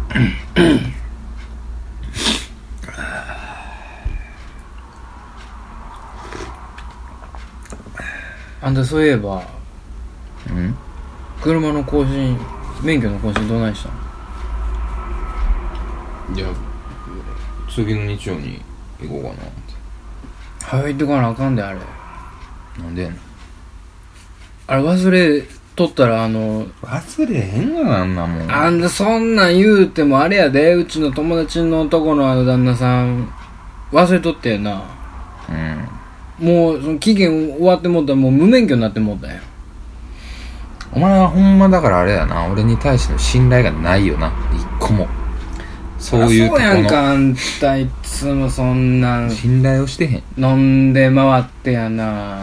あんたそういえば車の更新、免許の更新どないしたん？ いや、次の日曜に行こうかなって。 早いってかなあかんで、あれ。 なんでやねん。 あれ忘れとったら忘れへんがな、あんなもん。 あんたそんなん言うてもあれやで、うちの友達の男の旦那さん忘れとってやな。もうその期限終わってもうたらもう無免許になってもうたんや。 お前はほんまだからあれやな、俺に対しての信頼がないよな、一個も。そういうとこの。 そうやんか、あんたいつもそんなん信頼をしてへん。 飲んで回ってやな。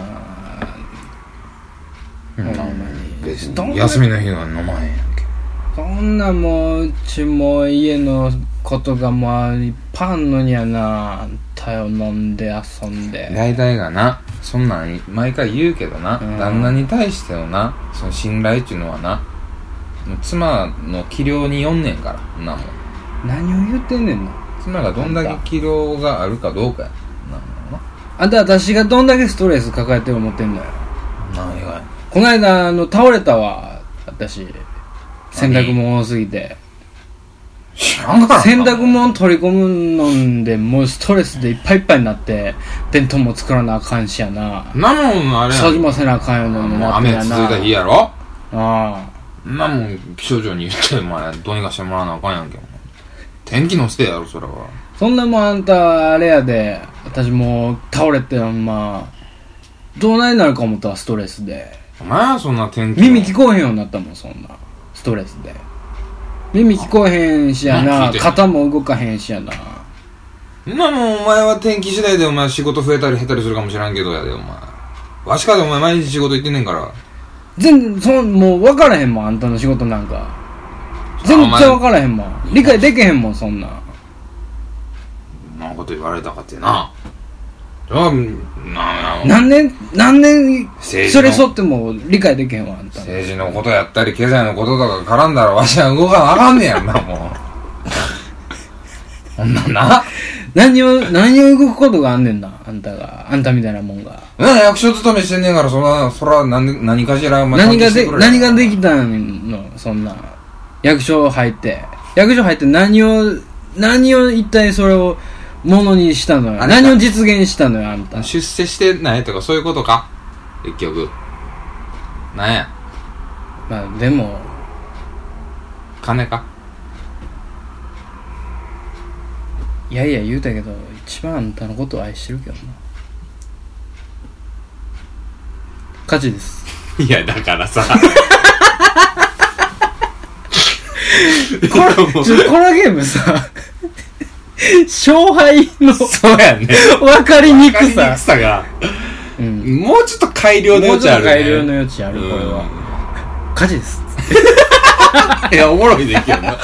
ほんまに。 別に休みの日は飲まへんやんけ。 そんなもううちも家のことがもういっぱいあんのにやな。あんたよ、飲んで遊んで。 大体がな、そんなん毎回言うけどな、旦那に対してのな、その信頼っていうのはな、もう妻の器量によんねんから、そんなもん。 何を言ってんねんな。 妻がどんだけ器量があるかどうかやな。 あんた私がどんだけストレス抱えてる思ってんのよ。 何がや。 この間倒れたわ、私。洗濯物多すぎて。 知らんからな。 洗濯物取り込むのでもうストレスでいっぱいいっぱいになって、弁当も作らなあかんしやな。 なもんあれや掃除もせなあかんようになってやな。 雨続いた日やろ。 ああ。 なもん気象庁に言ってお前どうにかしてもらわなあかんやんけ。天気のせいやろそれは。 そんなもんあんたあれやで、私もう倒れてどうないなるか思ったらストレスで。 お前はそんな天気耳聞こえへんようになったもん、そんなストレスで。耳聞こえへんしやな、肩も動かへんしやな。 なもんお前は天気次第でお前仕事増えたり減ったりするかもしらんけどやでお前。わしかでお前毎日仕事行ってんねんから。 全然もう分からへんもん、あんたの仕事なんか。全然分からへんもん。理解できへんもん、そんな。 なこと言われたかってな。 何年それそっても理解できへんわ、あんた。 政治のことやったり経済のこととか絡んだらわしは動かなあかんねやんな、もう。ほんなんな。 何を動くことがあんねんな、あんたみたいなもんが。 役所勤めしてんねんから、そら何かしら何ができたの、そんな。役所入って何を一体それをものにしたのよ。何を実現したのよ、あんた。 出世してないとかそういうことか結局。なんや。 まあでも金か。 いやいや言うたけど、一番あんたのことを愛してるけどな。勝ちです。 いやだからさこのゲームさ勝敗のそうやね分かりにくさが、もうちょっと改良の余地あるね。 改良の余地ある、これは。勝ちですいやおもろいできるな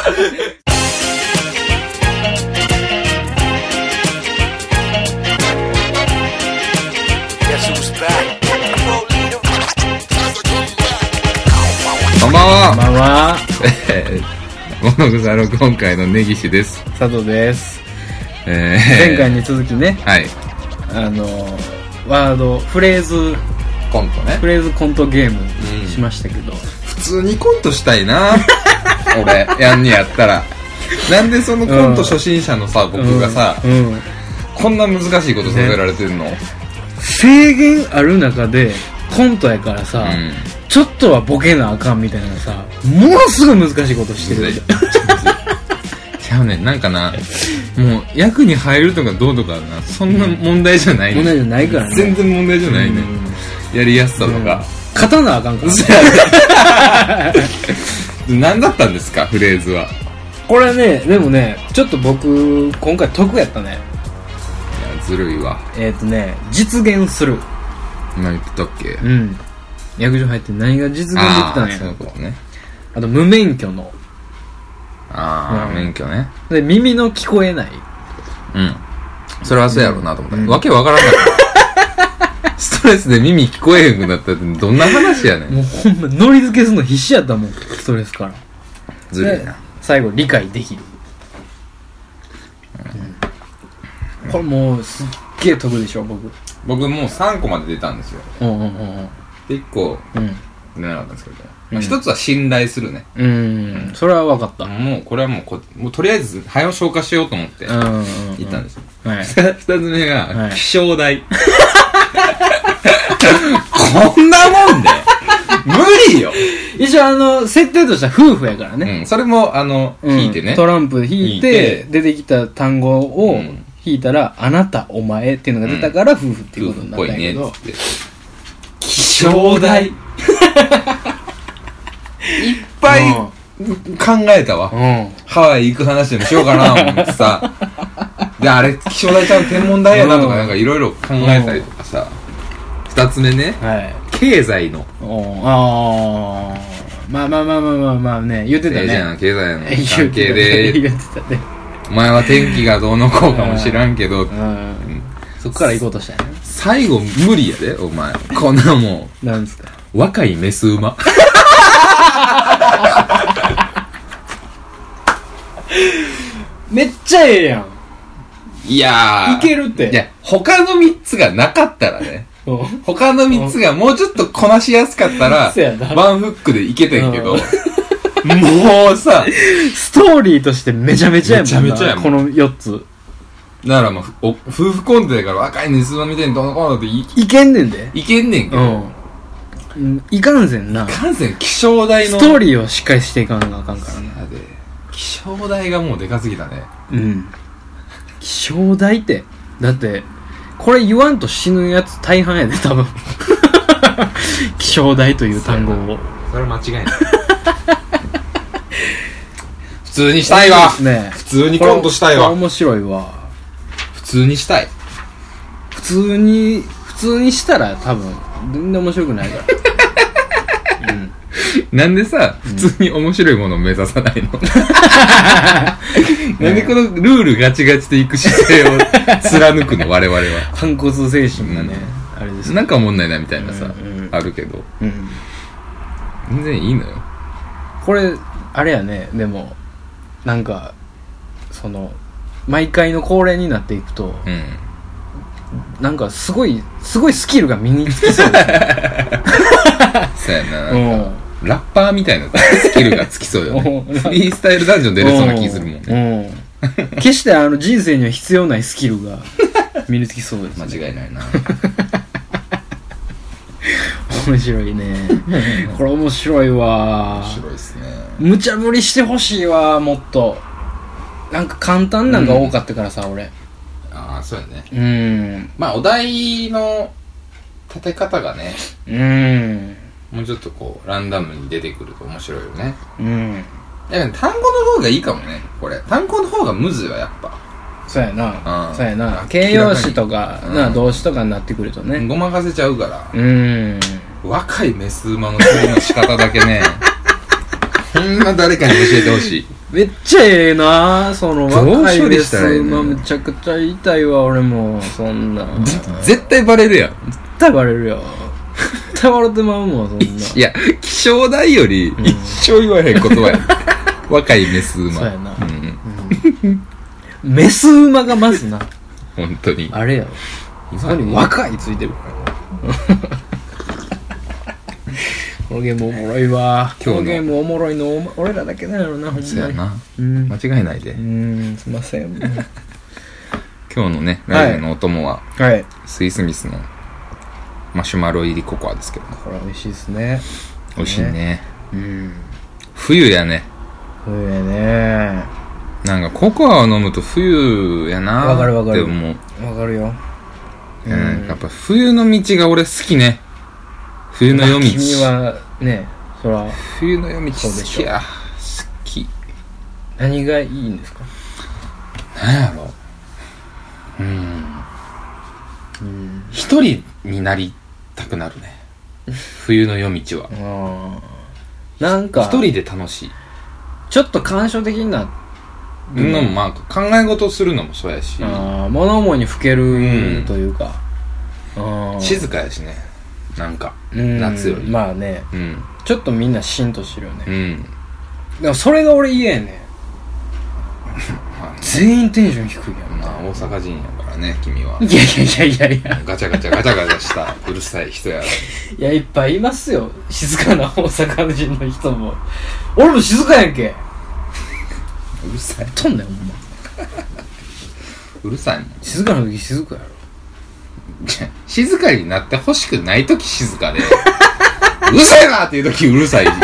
こんばんは。 こんばんは。 物草の今回の根岸です。 佐藤です。前回に続きね、 はい。 ワード、フレーズコントね。 フレーズコントゲームしましたけど、 普通にコントしたいな俺、やんにやったら。なんでそのコント初心者のさ、僕がさ、こんな難しいことさせられてるの？ 制限ある中でコントやからさ、ちょっとはボケなあかんみたいなさ、ものすごい難しいことしてる。 ちゃうねん、なんかな、もう役に入るとかどうとかな、そんな問題じゃないねん。 問題じゃないからね。 全然問題じゃないねん。やりやすさとか。 勝たなあかんから。 何だったんですか、フレーズは。 これね、でもね、ちょっと僕、今回得やったね。 いや、ずるいわ。 実現する。 何言ってたっけ？ 役所入って何が実現できたんや。 そういうことね。 あと無免許の。 免許ね。 で、耳の聞こえない。 それはそうやろうなと思った。わけわからなかった。ストレスで耳聞こえへんくなったってどんな話やねん。 もうほんま、ノリ付けするの必死やったもん、ストレスから。 ずるいな。 最後、理解できる。 これもうすっげえ得でしょ僕もう3個まで出たんですよ。で1個出なかったんですけど、1つは信頼するね。 それは分かった。 もうこれはもうとりあえず早を消化しようと思って行ったんですよ。2つ目が気象台。こんなもんで無理よ。 一応設定としては夫婦やからね。 それも引いてね。 トランプ引いて出てきた単語を引いたら、あなた、お前っていうのが出たから夫婦っていうことになったんやけど。 気象台。いっぱい考えたわ。ハワイ行く話でもしようかな思ってさ。で、あれ、気象台ちゃん天文台やなとかなんかいろいろ考えたりとかさ。2つ目ね。経済の。 まあね、言ってたね。 経済の関係で。 言ってたね。 お前は天気がどうのこうかも知らんけど。 そっから行こうとしたよね。 最後無理やで、お前。こんなもん。なんですか。 若いメス馬。 めっちゃええやん。 いやー。 いけるって。 いや、他の3つがなかったらね。他の3つがもうちょっとこなしやすかったら、ワンフックでいけてんけど。もうさ、 ストーリーとしてめちゃめちゃやもんな。めちゃめちゃやもん。この4つ。 だからまあ、夫婦コントやから若いメス馬みたいにどのこうのっていけんねんで。 いけんねんけど。 いかんせんな。 いかんせん気象台の。 ストーリーをしっかりしていかんのがあかんからね。 気象台がもうでかすぎたね。 気象台って。だって、これ言わんと死ぬやつ大半やで、多分。気象台という単語を。 それは間違いない。普通にしたいわ。普通にコントしたいわ。 面白いわ。 普通にしたい。 普通にしたら多分、全然面白くないから。 なんでさ、普通に面白いものを目指さないの？なんでこのルールガチガチでいく姿勢を貫くの我々は。 反骨精神がね、あれです。 なんかおもんないなみたいなさ、あるけど。全然いいのよ。 これ、あれやね、でも、なんか、毎回の恒例になっていくと、なんかすごいスキルが身につきそうだね。 そうやな。なんかラッパーみたいなスキルがつきそうよね。フリースタイルダンジョン出れそうな気するもんね。 決して人生には必要ないスキルが身につきそうですね。 間違いないな。 面白いね。これ面白いわ。 面白いですね。 無茶ぶりしてほしいわ、もっと。なんか簡単なんが多かったからさ、俺。 ああ、そうやね。まあお題の立て方がね。もうちょっとこうランダムに出てくると面白いよね。だから単語の方がいいかもね。これ単語の方がムズはやっぱ。 そうやな。そうやな。形容詞とか動詞とかになってくるとね。 ごまかせちゃうから。若いメス馬の処理の仕方だけね。ほんま誰かに教えてほしい。 めっちゃええな。若いメス馬めちゃくちゃ言いたいわ俺も。そんな。 絶対バレるやん。 絶対バレるよ。絶対笑ってまうもんそんな。 いや気象台より一生言わへん言葉や。若いメス馬。そうやな。 メス馬がまずな。 本当に。 あれやろ。そこに若いついてるから。このゲームおもろいわ。このゲームおもろいの俺らだけだよな、ほんまに。 そうやな。間違いないで。 すいません。 今日のね、ラジオのお供は、スイスミスのマシュマロ入りココアですけど。 これ美味しいですね。 美味しいね。冬やね。 冬やね。 なんかココアを飲むと冬やなーって思う。 わかるよ。 やっぱ冬の道が俺好きね。冬の夜道。 君はね、そら冬の夜道好きや。好き。 何がいいんですか？ なんやろ。一人になりたくなるね。冬の夜道は。 なんか一人で楽しい。 ちょっと感傷的になるのもまあ考え事するのもそうやし、 物思いにふけるというか、 静かやしね。なんか夏よりまあね、ちょっとみんなシーンとしてるよね。でもそれが俺嫌やね。 全員テンション低いやん。 まあ大阪人やからね君は。 いやガチャガチャしたうるさい人や。 いやいっぱいいますよ静かな大阪人の人も。俺も静かやんけ。 うるさいとんねんほんま。 うるさいもん。 静かな時静かやろ。 静かになってほしくない時静かでうるさいなっていう時うるさいね。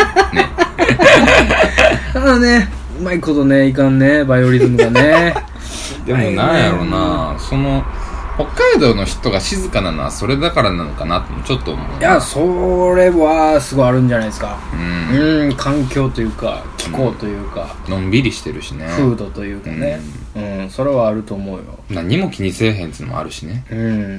ただねうまいことねいかんねバイオリズムがね。 でもなんやろな、その北海道の人が静かなのはそれだからなのかなってちょっと思う。 いやそれはすごいあるんじゃないですか。環境というか気候というか、 のんびりしてるしね。 風土というかね、それはあると思うよ。 何も気にせえへんっていうのもあるしね。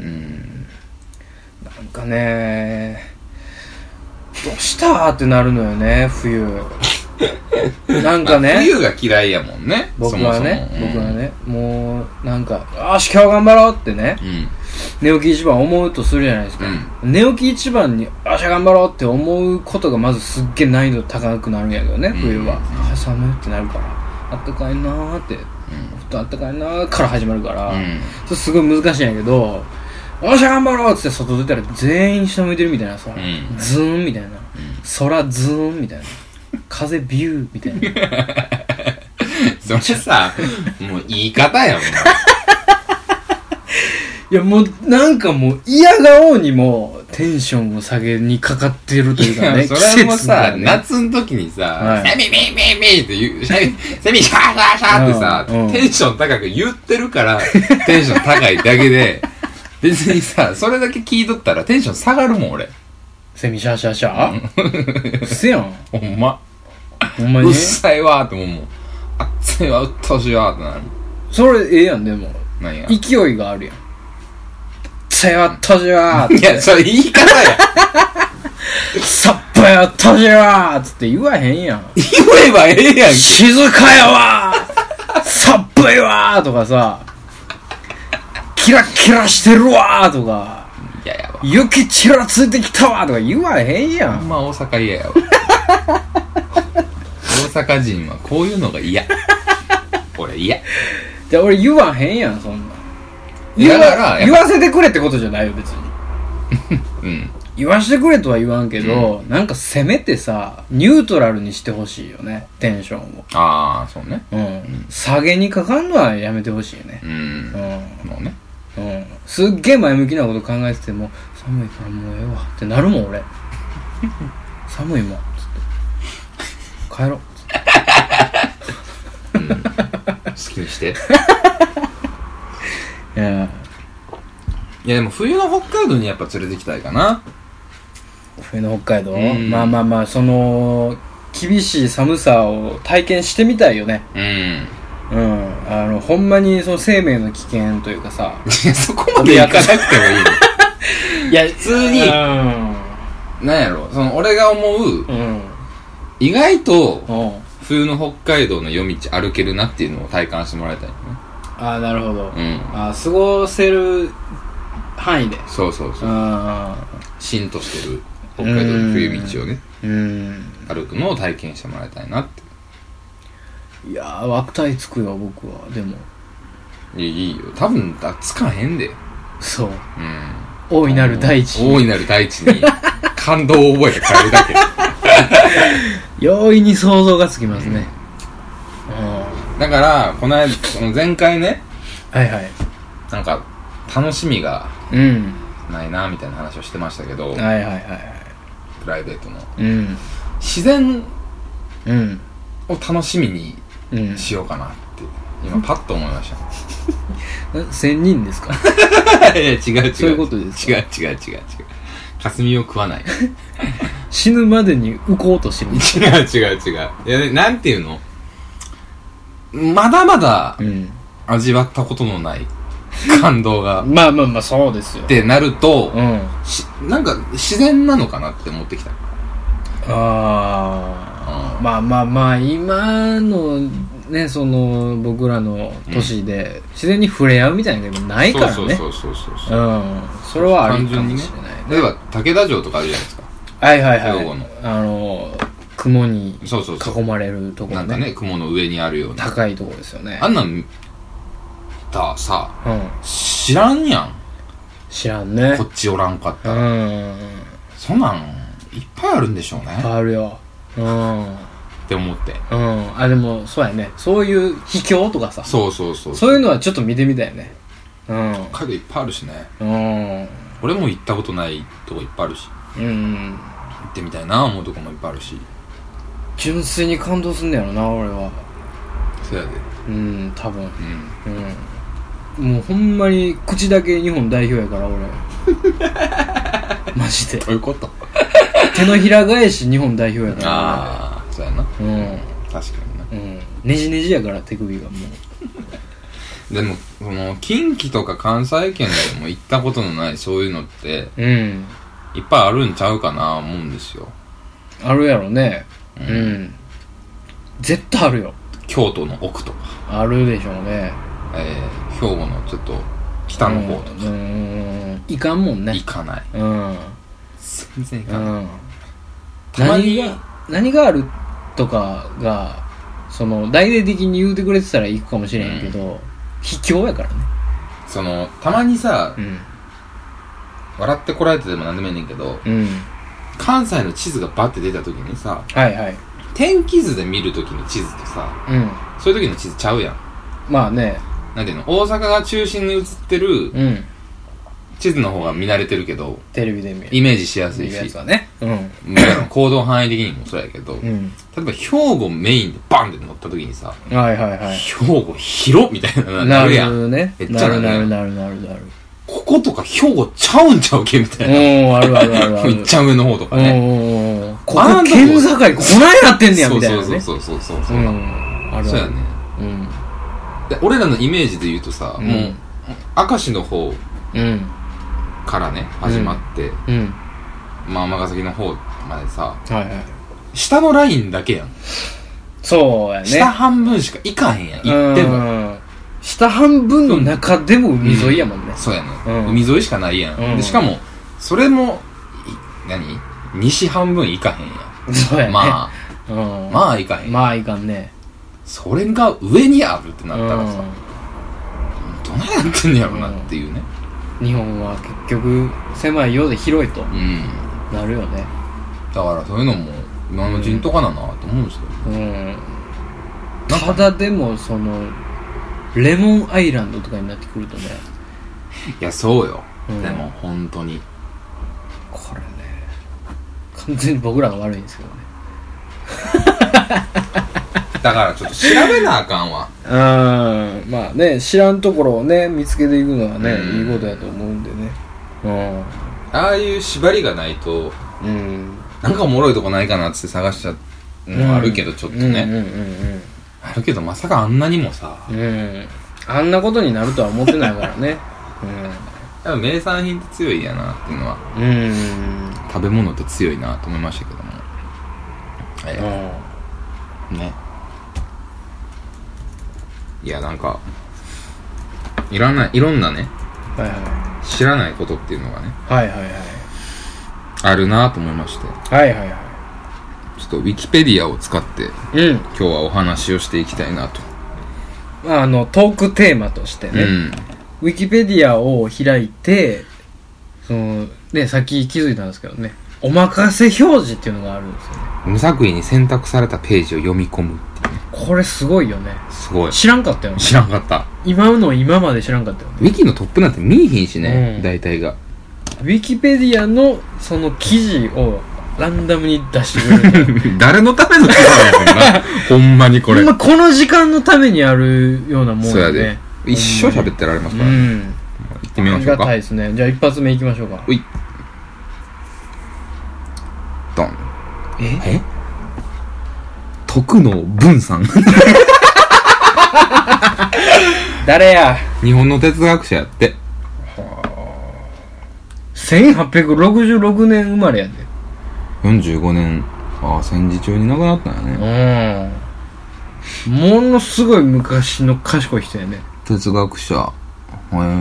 なんかねどうしたってなるのよね冬。なんかね、 冬が嫌いやもんね僕はね、もうなんかよし今日頑張ろうってね、寝起き一番思うとするじゃないですか、寝起き一番によし頑張ろうって思うことがまずすっげえ難易度高くなるんやけどね、冬は。寒いってなるからあったかいなーって、ふとあったかいなーから始まるから、それすごい難しいんやけど、よし頑張ろうって外出たら全員下向いてるみたいなさ、ズーンみたいな、空ズーンみたいな、風ビューみたいな。 それさもう言い方やもん。 いやもうなんかもう嫌顔にもテンションを下げにかかってるというかね。 それもさ、夏の時にさ、セミミミミって言う、セミシャーシャーシャーってさ、テンション高く言ってるからテンション高いだけで、別にさそれだけ聞いとったらテンション下がるもん俺。 セミシャーシャーシャーうっせやんほんまにうっさいわーってもう暑いわうっとうしいわーってなる。 それええやん。でも何や勢いがあるやん。さよっとしわーって。 いやそれ言い方や。 さっぱよっとしわーつって言わへんやん。 言えばええやん。 静かやわーさっぱいわーとかさ、キラキラしてるわーとか、 いややわ雪ちらついてきたわーとか言わへんやん。 ほんま大阪嫌やわ。大阪人はこういうのが嫌。俺嫌。 じゃあ俺言わへんやんそんな。 だから言わせてくれってことじゃないよ別に。言わしてくれとは言わんけど、なんかせめてさニュートラルにしてほしいよねテンションを。 ああそうね。 下げにかかんのはやめてほしいよね。 もうね。 すっげえ前向きなこと考えてても寒いからもうええわってなるもん俺。寒いもんつって帰ろうつって、 好きにして。 いやでも冬の北海道にやっぱ連れてきたいかな。 冬の北海道、まあその厳しい寒さを体験してみたいよね。ほんまにその生命の危険というかさそこまで行かなくてもいい。いや普通に、なんやろその俺が思う、意外と冬の北海道の夜道歩けるなっていうのを体感してもらいたいよね。 ああなるほど。過ごせる範囲で。 そうしんとしてる北海道の冬道をね歩くのを体験してもらいたいなって。 いやー悪態つくよ僕は。でもいいよ多分つかへんで。 そう、大いなる大地に感動を覚えて帰るだけ。 容易に想像がつきますね。 だからこの間その前回ねなんか楽しみがないなみたいな話をしてましたけど、プライベートの、自然を楽しみにしようかなって今パッと思いました。 仙人ですか？ いや違うそういうことですか？ 違う霞を食わない。 死ぬまでに浮こうとしてる。 違ういやなんていうの、まだまだ味わったことのない感動がまあそうですよってなると、なんか自然なのかなって思ってきた。 まあ今のねその僕らの年で自然に触れ合うみたいなのがないからね。そうそれはあるかもしれない、ね、 例えば竹田城とかあるじゃないですか。 雲に囲まれるところね。 なんかね雲の上にあるような高いところですよね。 あんなんたさ、知らんやん。 知らんね。 こっちおらんかったら。そんなんいっぱいあるんでしょうね。 いっぱいあるよ。 って思って。 あ、でもそうやね。そういう秘境とかさ。 そういうのはちょっと見てみたいね。 北海道いっぱいあるしね。俺も行ったことないとこいっぱいあるし。行ってみたいな思うとこもいっぱいあるし。 純粋に感動すんねやろな、俺は。 そうやで。 多分。もうほんまに口だけ日本代表やから俺。マジで。 どういうこと？ 手のひら返し日本代表やから。 ああ、そうやな。確かにな。 ねじねじやから手首がもう。でもその近畿とか関西圏でも行ったことのないそういうのっていっぱいあるんちゃうかな思うんですよ。 あるやろね。絶対あるよ。 京都の奥とかあるでしょうね。 兵庫のちょっと北の方とかいかんもんね。 行かない。全然行かない。 たまに何があるとかがその大々的に言うてくれてたら行くかもしれへんけど、秘境やからね。 そのたまにさ、笑ってこられてでも何でもいいねんけど、関西の地図がバッて出た時にさ、天気図で見る時の地図とさ、そういう時の地図ちゃうやん。 まあね、 なんていうの、大阪が中心に写ってる地図の方が見慣れてるけど、 テレビで見るイメージしやすいし、 やつはね、 行動範囲的にもそうやけど、例えば兵庫メインでバンって乗った時にさ、兵庫広みたいななるやん。めっちゃなる。 こことか兵庫ちゃうんちゃうけみたいな。 ある。 めっちゃ上の方とかね。 ここ県境こないなってんねやみたいなね。 そう。そうやね。で俺らのイメージで言うとさ、もう明石の方からね始まって、まあ尼崎の方までさ、下のラインだけやん。 そうやね。 下半分しか行かへんやん。行っても下半分の中でも海沿いやもんね。 そうやね。海沿いしかないやん。でしかもそれも西半分行かへんやん。 そうやね。 まあ行かへん。 まあ行かんね。 それが上にあるってなったらさ、どないなってんねやろなっていうね。 日本は結局狭いようで広いとなるよね。 だからそういうのも今のうちにとかなと思うんですよ。ただでもそのレモンアイランドとかになってくるとね。 いやそうよ。でも本当にこれね、完全に僕らが悪いんですけどね。 だからちょっと調べなあかんわ。 まあね、知らんところをね見つけていくのはね、いいことやと思うんでね。 ああいう縛りがないと、なんかおもろいとこないかなって探しちゃうのあるけど、ちょっとね、あるけどまさかあんなにもさ、 あんなことになるとは思ってないからね。 やっぱ名産品って強いやなっていうのは、食べ物って強いなと思いましたけども、ね。いやなんかいろんなね、知らないことっていうのがね、あるなと思いまして、ちょっとウィキペディアを使って、今日はお話をしていきたいなと。 トークテーマとしてね、ウィキペディアを開いて、そのね、さっき気づいたんですけどね、おまかせ表示っていうのがあるんですよね。 無作為に選択されたページを読み込むっていうね。 これすごいよね。 すごい。 知らんかったよね。 知らんかった。 今まで知らんかったよね。 ウィキのトップなんて見えへんしね、大体が。 ウィキペディアのその記事をランダムに出してくれる。 誰のための記事やねんな。ほんまにこれ。 この時間のためにあるようなもんね。 そうやで。一生喋ってられますから。行ってみましょうか。 ありがたいですね。じゃあ一発目行きましょうか。 うい。ドン。徳野文さん。 誰や。 日本の哲学者やって。 1866年生まれやで。 45年。戦時中に亡くなったんやね。 ものすごい昔の賢い人やね。 哲学者。これ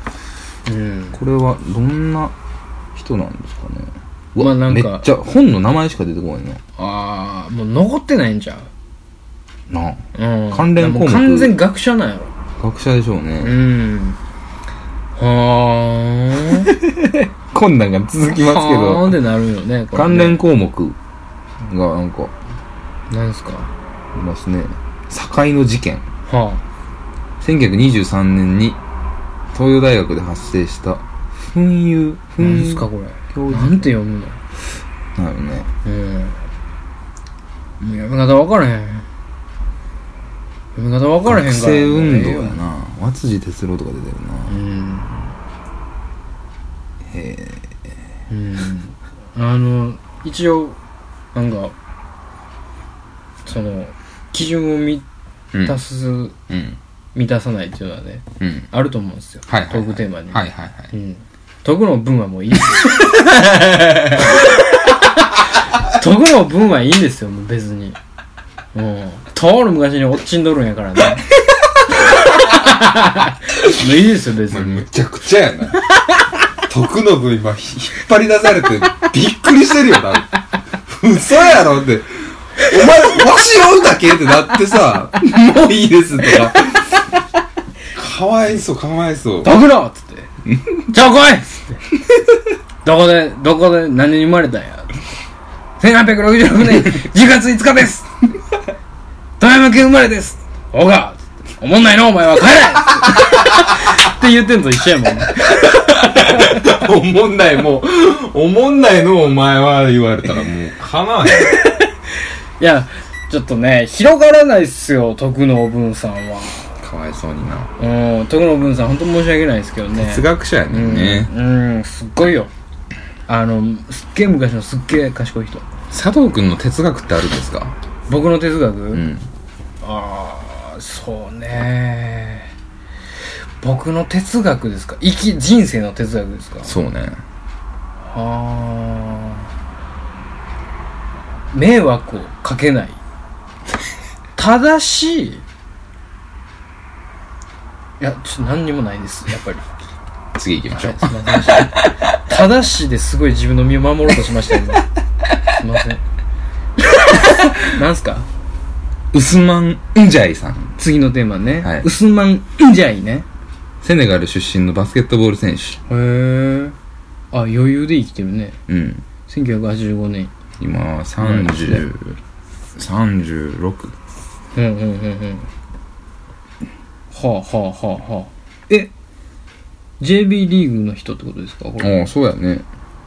はどんな人なんですかね。まあなんかめっちゃ本の名前しか出てこないな。もう残ってないんちゃう。 なあ。関連項目。 完全学者なんやろ。 学者でしょうね。 はー困難が続きますけど。 はーんってなるよね、これね。 関連項目がなんかなんすか。 いますね。堺の事件。 は 1923年に東洋大学で発生したなんですかこれ。なんて読むの。 なるね。 もう読み方分からへん。読み方分からへんから。 学生運動やな。和辻哲郎とか出てるな。一応なんかその基準を満たす、満たさないっていうのはね、あると思うんですよ。トークテーマに。トークの文はもういいですトークの文はいいんですよ、もう別に。とおる昔に落ちんどるんやからね。もういいですよ、別に。 むちゃくちゃやな。徳の文今引っ張り出されてびっくりしてるよな。嘘やろって。お前、わし読んだけってなってさ、もういいですとか。かわいそう、かわいそう。 徳のっつって。ちょ、来いっつって。どこで、何に生まれたんや。1866年10月5日です。富山県生まれです。おがおもんないのお前は帰れって言ってんと一緒やもんね。 おもんないのお前は言われたらもうかなわへん。 いや、ちょっとね、広がらないっすよ、徳の文さんは。 かわいそうにな。 徳の文さん、ほんと申し訳ないですけどね。 哲学者やねんね。 すっごいよ。すっげえ昔のすっげえ賢い人。 佐藤くんの哲学ってあるんですか？ 僕の哲学？そうね。僕の哲学ですか？人生の哲学ですか？ そうね。 迷惑をかけない。ただし、いや、ちょっと何にもないです、やっぱり。 次行きましょう。 すいませんでした。ただしですごい自分の身を守ろうとしました、今。すいません。なんすか？ ウスマン・ンジャイさん。 次のテーマね。 はい、 ウスマン・ンジャイね。 セネガル出身のバスケットボール選手。 へー。余裕で生きてるね。1985年。 今、36。 はあ。JB リーグの人ってことですか？これ。 そうやね。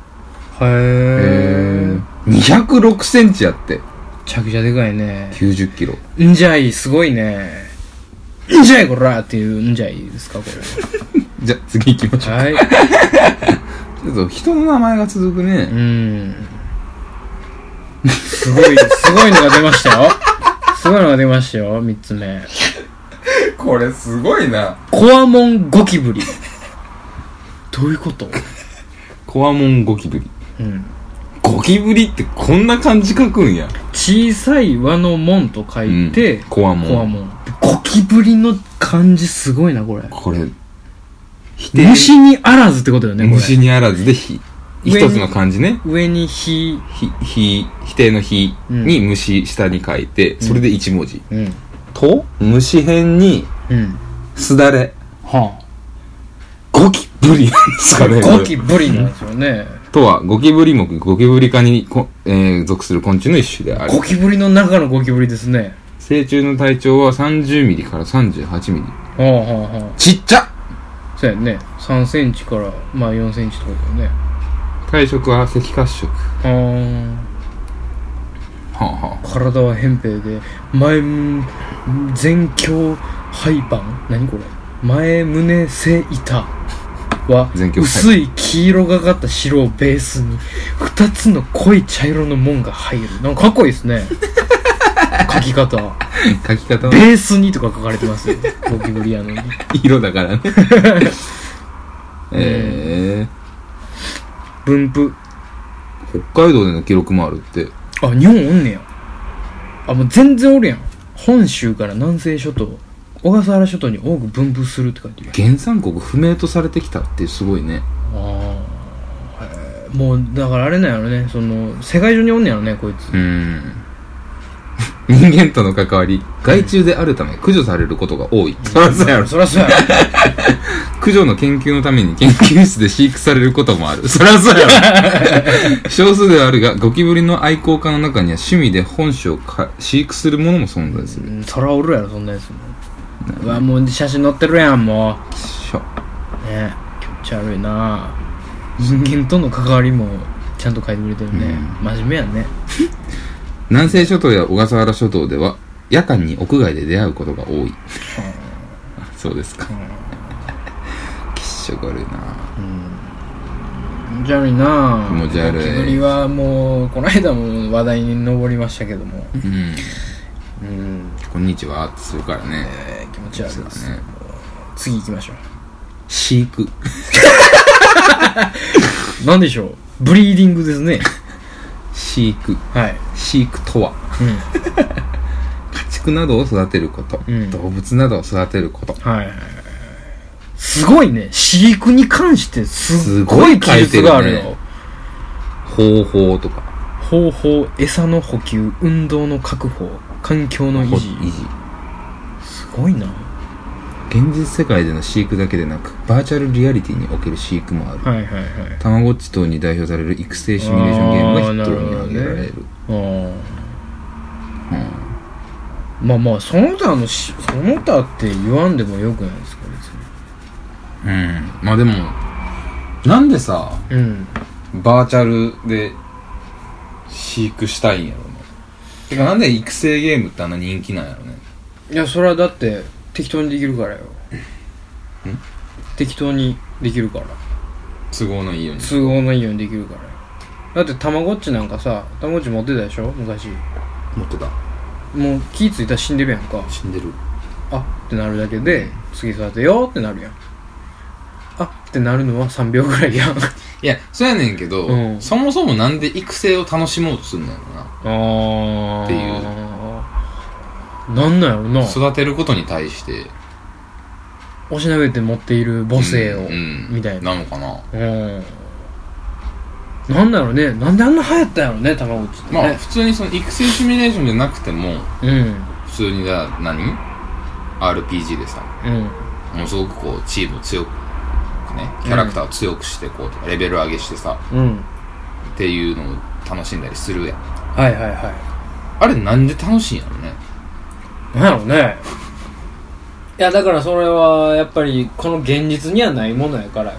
へー。 206センチやって。 めちゃくちゃでかいね。 90キロ。 んじゃい、すごいね。んじゃいこらっていうんじゃいですか、これ。 じゃあ次行きましょう。はい。ちょっと人の名前が続くね。 すごいのが出ましたよ。3つ目。 これすごいな。 コアモンゴキブリ。どういうこと？ コアモンゴキブリ。ゴキブリってこんな漢字書くんや。 小さい輪の門と書いて、 コアモン。 ゴキブリの漢字すごいな、これ。 虫にあらずってことよね、これ。 虫にあらずで一つの漢字ね。 上に否定の否に虫下に書いて、それで1文字。と、虫辺に、すだれ。ゴキブリなんですかね。 ゴキブリなんですよね。 とは、ゴキブリ目、ゴキブリ科に、属する昆虫の一種である。 ゴキブリの中のゴキブリですね。 成虫の体長は30ミリから38ミリ。ちっちゃ！ そうやね。3センチから4センチとかだよね。 体色は赤褐色。 体は扁平で前胸背板、何これ、前胸背板は薄い黄色がかった白をベースに2つの濃い茶色の紋が入る。なんかかっこいいですね。書き方ベースにとか書かれてますよ、ゴキブリやのに。 色だからね。 分布、 北海道での記録もあるって。 日本おんねや。もう全然おるやん。本州から南西諸島、小笠原諸島に多く分布するって書いてる。 原産国不明とされてきたってすごいね。 もうだからあれなんやろね、その世界中におんねやろね、こいつ。 人間との関わり、害虫であるため駆除されることが多い。 そらそうやろ。そらそうやろ。 駆除の研究のために研究室で飼育されることもある。そらそうやろ。少数ではあるが、ゴキブリの愛好家の中には趣味で本種を飼育するものも存在する。 そらおるやろ、そんなやつも。うわ、もう写真載ってるやん、もう。 しょ。 ね、気持ち悪いな。人間との関わりもちゃんと書いてくれてるね。真面目やね。 南西諸島や小笠原諸島では夜間に屋外で出会うことが多い。そうですか。気色悪いな。 気持ち悪いな。 気持ち悪い。 ゴキブリはもうこの間も話題に上りましたけども、 こんにちはってするからね。 気持ち悪いですね。次行きましょう。 飼育。 なんでしょう。ブリーディングですね。 飼育。 はい。 飼育とは、家畜などを育てること、動物などを育てること。はい。 すごいね。飼育に関してすごい記述があるよ。 方法とか。 方法、餌の補給、運動の確保、環境の維持。すごいな。 現実世界での飼育だけでなく、バーチャルリアリティにおける飼育もある。はいはいはい。たまごっち等に代表される育成シミュレーションゲームが筆頭に挙げられる。 まあまあ、その他って言わんでもよくないですか、別に。まあでも、なんでさ、バーチャルで飼育したいんやろね。てかなんで育成ゲームってあんな人気なんやろね。 いや、それはだって適当にできるからよ。適当にできるから。 都合のいいようにできるからよ。だってたまごっちなんかさ、たまごっち持ってたでしょ、昔。 持ってた。 もう気ついたら死んでるやんか。 死んでる。 あってなるだけで、次育てようってなるやん。あってなるのは3秒ぐらいやん。 いや、そうやねんけど、そもそもなんで育成を楽しもうとするんだろうな。っていう。 なんなんやろな。 育てることに対しておしなべて持っている母性を、みたいな。 なのかな。 なんだろうね。なんであんな流行ったんやろね、たまごっちって、ね。 まあ普通にその育成シミュレーションじゃなくても、普通にRPG でさ、ものすごくこうチームを強くね、キャラクターを強くしてこうレベル上げしてさ、っていうのを楽しんだりするやん。 はいはいはい。 あれなんで楽しいんやろね。 なんやろね。いやだからそれはやっぱりこの現実にはないものやからよ。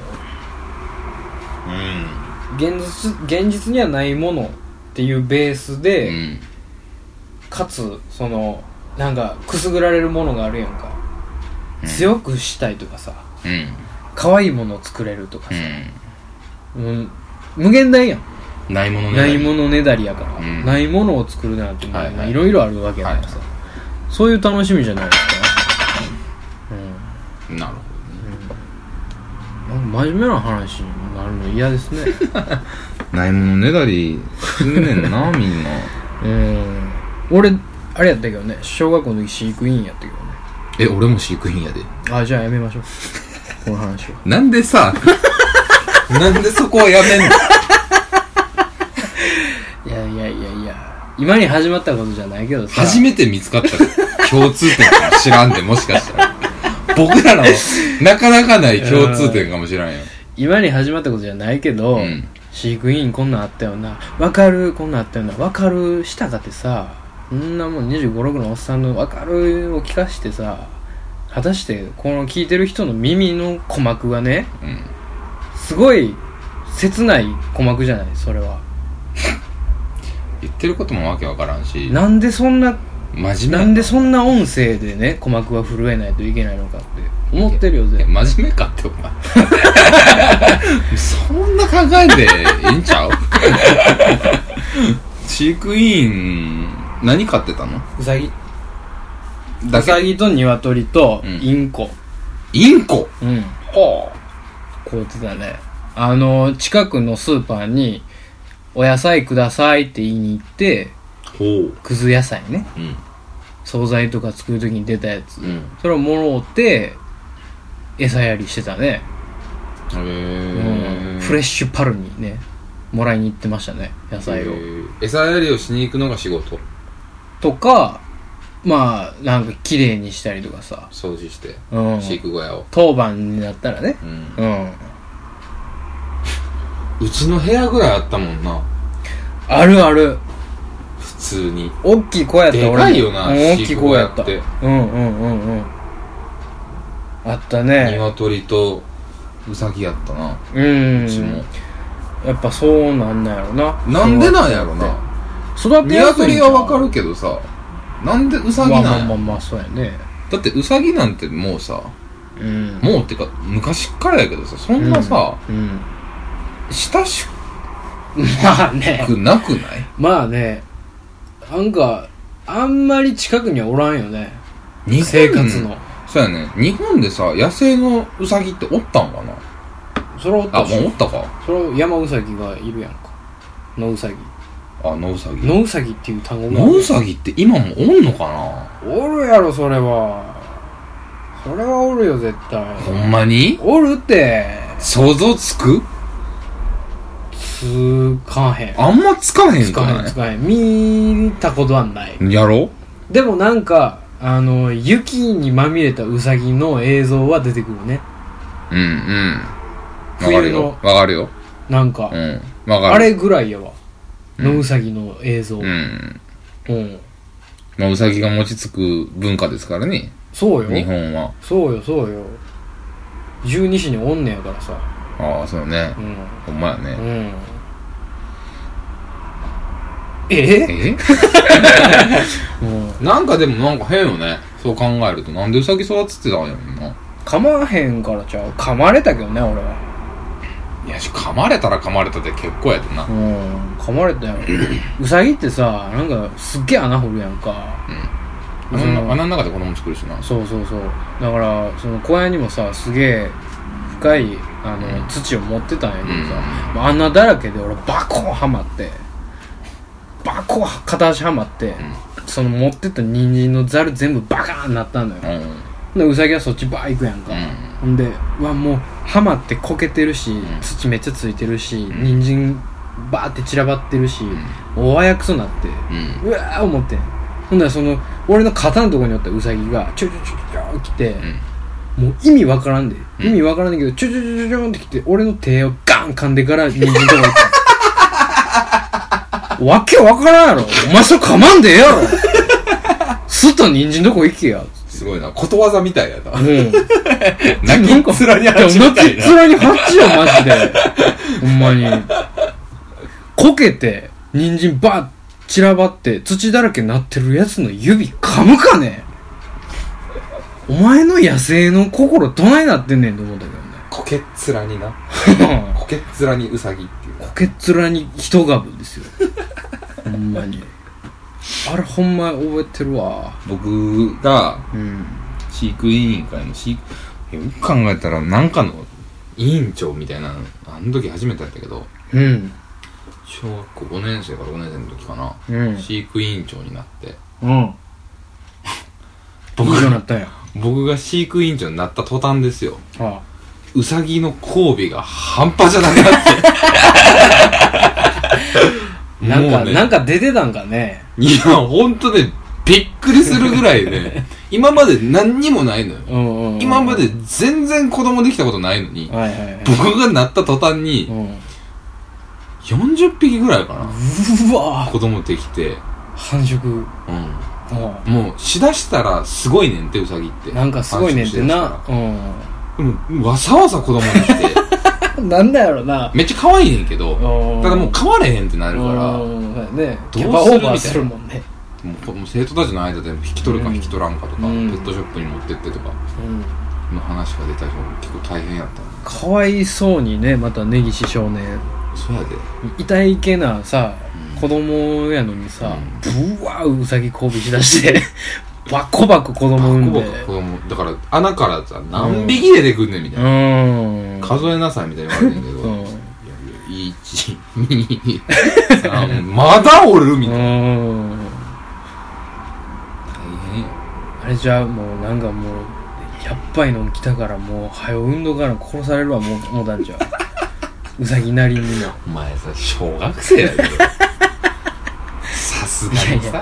現実にはないものっていうベースで、かつそのなんかくすぐられるものがあるやんか。強くしたいとかさ、可愛いものを作れるとかさ、無限大やん。 ないものねだりやから、ないものを作るなんていろいろあるわけやからさ、そういう楽しみじゃないですか。 なるほどね。真面目な話になるの嫌ですね。 ないものねだりすんねんなみんな。 俺あれやったけどね、小学校の時飼育員やったけどね。 俺も飼育員やで。 じゃあやめましょう。この話を。 なんでさなんでそこはやめんの。 いや今に始まったことじゃないけどさ、 初めて見つかった共通点かも知らんで、もしかしたら僕らのなかなかない共通点かもしらんよ。 今に始まったことじゃないけど、飼育員こんなんあったよな、わかる、こんなんあったよな、わかるしたかってさ、そんなもん25、6のおっさんのわかるを聞かしてさ、果たしてこの聞いてる人の耳の鼓膜がね、すごい切ない鼓膜じゃない、それは。 言ってることもわけわからんし、 なんでそんな真面目なんでそんな音声でね鼓膜が震えないといけないのかって思ってるよ。 真面目かってお前そんな考えでいいんちゃう。飼育員何飼ってたの？ ウサギと鶏とインコ。 インコ？ はあ、こう言ってたね。近くのスーパーにお野菜くださいって言いに行って、くず野菜ね、惣菜とか作るときに出たやつ、それをもろうて餌やりしてたね。フレッシュパルにねもらいに行ってましたね、野菜を。 餌やりをしに行くのが仕事？ とか、まあなんか綺麗にしたりとかさ、 掃除して、 うん、 飼育小屋を当番になったらね、うん、うん、 うちの部屋ぐらいあったもんな。 あるある。 普通に大きい子やった。 でかいよな、 大きい子やった。あったね。 鶏とウサギやったな。 うちもやっぱそうなんなんやろな。 なんでなんやろな。 育てやすいんちゃう。 鶏はわかるけどさ、なんでウサギなんや。 まあそうやね。だってウサギなんてもうさ、もうってか昔からやけどさ、そんなさ、親しまあねくなくない？ まあね、なんかあんまり近くにはおらんよね、生活の。 そうやね。日本でさ、野生のウサギっておったんかな。 それはおったし。 もうおったか。 それは山ウサギがいるやんか。野ウサギ。 野ウサギ。 野ウサギっていう単語が。 野ウサギって今もおんのかな。 おるやろ、それは。それはおるよ、絶対。 ほんまに？ おるって。 想像つく？ つかへん。 あんまつかへんかない？ つかへん。見たことはない。 やろ？ でもなんか、雪にまみれたウサギの映像は出てくるね。 うんうん。わかるよ。わかるよ。 なんか、わかる。あれぐらいやわ。野ウサギの映像。 まあ、ウサギが餅つく文化ですからね。 そうよ。 日本は。 そうよ。十二支におんねやからさ。 ああ、そうね。ほんまやね。なんかでもなんか変よね。そう考えると。なんでウサギ育ててたんやろな。 噛まへんからちゃう。噛まれたけどね、俺は。 いや、噛まれたら噛まれたで結構やでな。 噛まれたよ。ウサギってさ、なんかすっげえ穴掘るやんか。 穴の中で子供作るしな。 そうだからその小屋にもさ、すげえ深い土を持ってたんやけどさ、穴だらけで俺バコーンはまって、片足はまって、その持ってた人参のザル全部バカーンなったのよ。でウサギはそっちバー行くやんか。ほんでもうはまってこけてるし、土めっちゃついてるし、人参バーって散らばってるし、おあやくそなって、うわー思ってん。ほんならその俺の肩のとこにおったウサギがちょ来て、もう意味わからんで、けどちょって来て、俺の手をガン噛んでから人参のとこ行ったわけわからんやろ、お前それ噛まんでええやろすっと人参のとこ行けや。 すごいな、ことわざみたいやな。泣きっ面にハチみたいな。泣きっ面にハチよ、マジで。ほんまに。こけて、人参バーッ散らばって土だらけになってるやつの指噛むかね。お前の野生の心どないなってんねんと思ったけどね。 こけっ面にな。こけっ面にウサギっていう。 こけっ面に人ガブですよ。ほんまに。あれほんま覚えてるわ。 僕が飼育委員会のよく考えたらなんかの委員長みたいなのあの時初めてやったけど、小学校5年生から5年生の時かな、飼育委員長になって、僕が飼育委員長になった途端ですよ、ウサギの交尾が半端じゃなくなってなんか出てたんかね。 いやほんとね、びっくりするぐらいね今まで何にもないのよ。今まで全然子供できたことないのに、僕がなった途端に、40匹ぐらいかな。 うわ子供できて繁殖。 もうしだしたらすごいねんって、ウサギってなんかすごいねんってな。 でもわさわさ子供できてなんだやろな。 めっちゃ可愛いねんけど、ただもう飼われへんってなるから、 キャパオーバーするもんね。 もう生徒たちの間で引き取るか引き取らんかとか、ペットショップに持ってってとかの話が出たり結構大変やった。 かわいそうにね、また根岸少年。 そうやで。 痛いけなさ、子供やのにさ、ブワーウサギ交尾しだしてバコバコ子供産んで、 だから穴からさ何匹出てくんねんみたいな、数えなさいみたいに言われてんけど、1、2、3まだおるみたいな。大変。 あれじゃあもうなんかもうやっばいの来たからもう早う運動から殺されるわ、もうだんじゃうさぎなりにな。 お前さ小学生やけどさすがにさ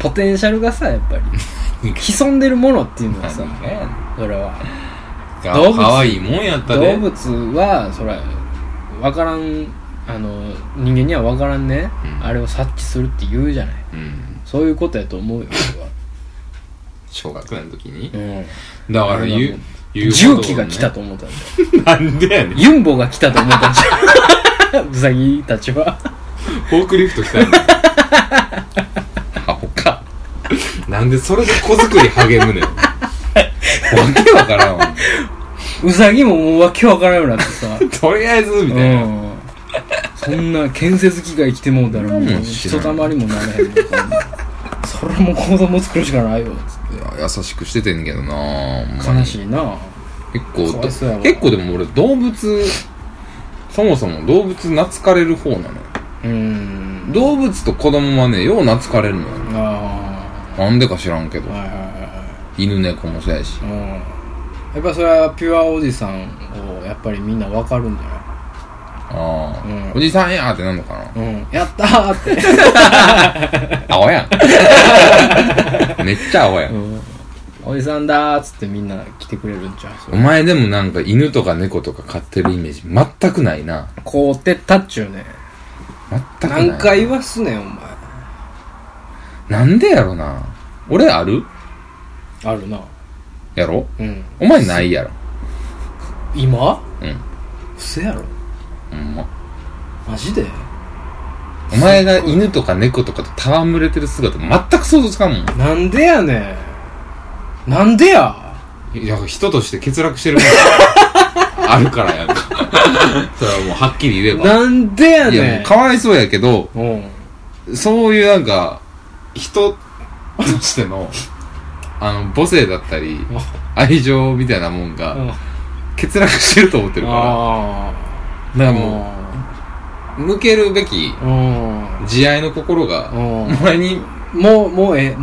ポテンシャルがさ、やっぱり潜んでるものっていうのはさ、それは動物可愛いもんやったで。 動物はそれ分からん、人間には分からんね、あれを察知するって言うじゃない、そういうことやと思うよ小学年の時に、だから言う重機が来たと思ったんだよ。なんでやねん。 ユンボが来たと思ったんじゃん。ウサギたちはフォークリフト来たんだ。アホか。なんでそれで子作り励むねん。わけわからんわ。 ウサギももうわけわからんようになってさ。 とりあえずみたいな。 そんな建設機械来てもうたらもうひとたまりもなれへんのか。それも子供作るしかないよつって。 優しくしててんけどな。 悲しいな。結構でも俺動物、そもそも動物懐かれる方なのよ。動物と子供はね、よう懐かれるのよ。なんでか知らんけど、犬猫もそうやし、 やっぱそれはピュアおじさんをやっぱりみんな分かるんじゃない？ おじさんやーってなんのかな。 やったーって青やん。めっちゃ青やん、 おじさんだーっつってみんな来てくれるんちゃう？ お前でもなんか犬とか猫とか飼ってるイメージ全くないな。 こうてったっちゅうね。 全くない。 何回言わすねんお前。 なんでやろな。俺あるな。 やろ？お前ないやろ。 今？嘘やろ。マジで？ お前が犬とか猫とかと戯れてる姿全く想像つかんもん。 なんでやねん。なんでや。 いや、人として欠落してるもんあるからやんか。それはもうはっきり言えば。 なんでやねん。 いやもうかわいそうやけど、そういうなんか人としての母性だったり愛情みたいなもんが欠落してると思ってるから。だからもう向けるべき慈愛の心がお前にもうええ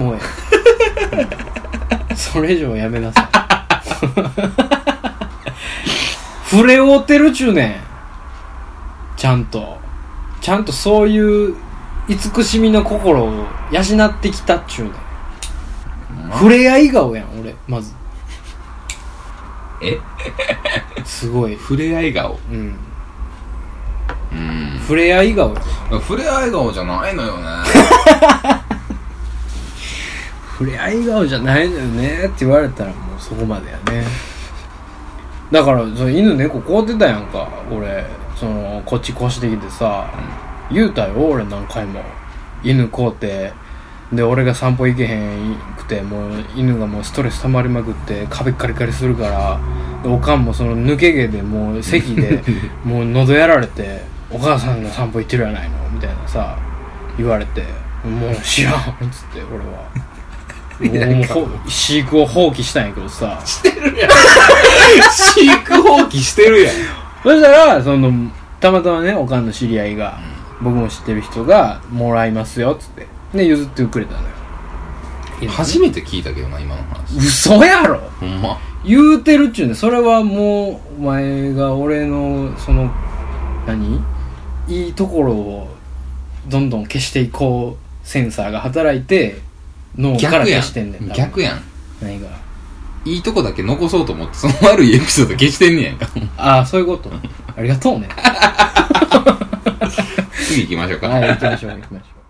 それ以上やめなさい。触れ合うてるちゅうねん。ちゃんとそういう慈しみの心を養ってきたっちゅうねん。触れ合い顔やん俺まず。すごい触れ合い顔。 触れ合い顔や。 触れ合い顔じゃないのよね。 触れ合い顔じゃないのよねって言われたらもうそこまでやね。だからその犬猫こうてたやんか。俺こっち越してきてさ、言うたよ俺何回も。犬こうてで俺が散歩行けへんくてもう犬がもうストレス溜まりまくって壁カリカリするからでおかんもその抜け毛でもう咳でもう喉やられてお母さんが散歩行ってるやないのみたいなさ言われてもう知らんっつって俺はもう飼育を放棄したんやけどさ。 してるやん。飼育放棄してるやん。 そしたらたまたまねおかんの知り合いが、僕も知ってる人がもらいますよっつってで譲ってくれたのよ。 初めて聞いたけどな今の話。 嘘やろ。 ほんま言うてるっちゅうね。それはもうお前が俺のいいところをどんどん消していこうセンサーが働いて脳から消してんねん。 逆やん。 何がいいとこだけ残そうと思ってその悪いエピソード消してんねやんか。 ああそういうことありがとうね。 次行きましょうか。 はい行きましょう